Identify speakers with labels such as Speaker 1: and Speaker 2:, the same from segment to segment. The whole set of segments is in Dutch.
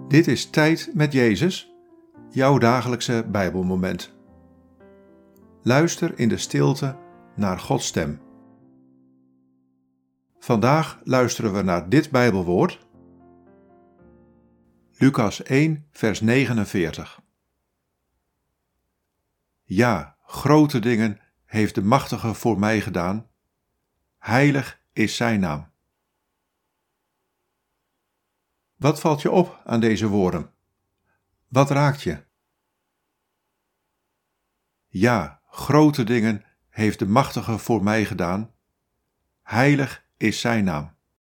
Speaker 1: Dit is Tijd met Jezus, jouw dagelijkse Bijbelmoment. Luister in de stilte naar Gods stem. Vandaag luisteren we naar dit Bijbelwoord. Lucas 1, vers 49. Ja, grote dingen heeft de Machtige voor mij gedaan. Heilig is zijn naam. Wat valt je op aan deze woorden? Wat raakt je? Ja, grote dingen heeft de Machtige voor mij gedaan. Heilig is zijn naam.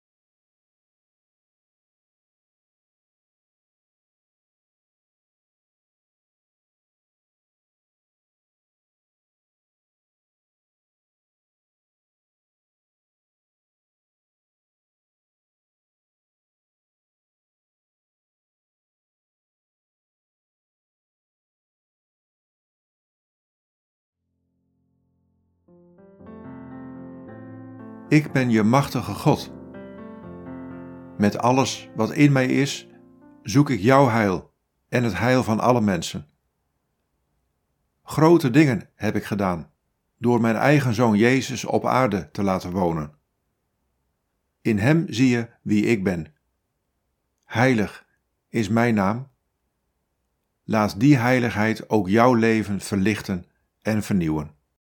Speaker 1: Ik ben je machtige God. Met alles wat in mij is, zoek ik jouw heil en het heil van alle mensen. Grote dingen heb ik gedaan, door mijn eigen Zoon Jezus op aarde te laten wonen. In hem zie je wie ik ben. Heilig is mijn naam. Laat die heiligheid ook jouw leven verlichten en vernieuwen.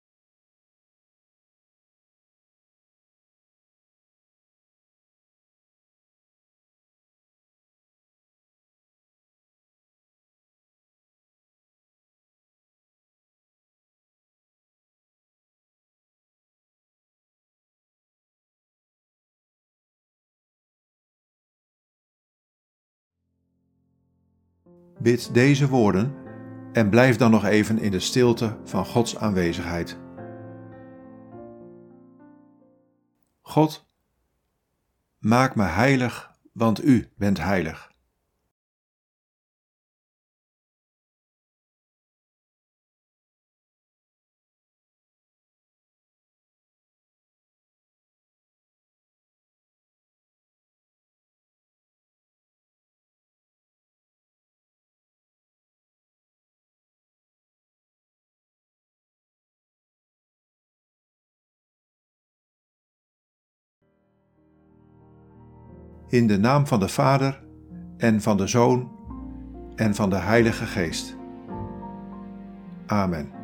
Speaker 1: Bid deze woorden en blijf dan nog even in de stilte van Gods aanwezigheid. God, maak me heilig, want U bent heilig. In de naam van de Vader en van de Zoon en van de Heilige Geest. Amen.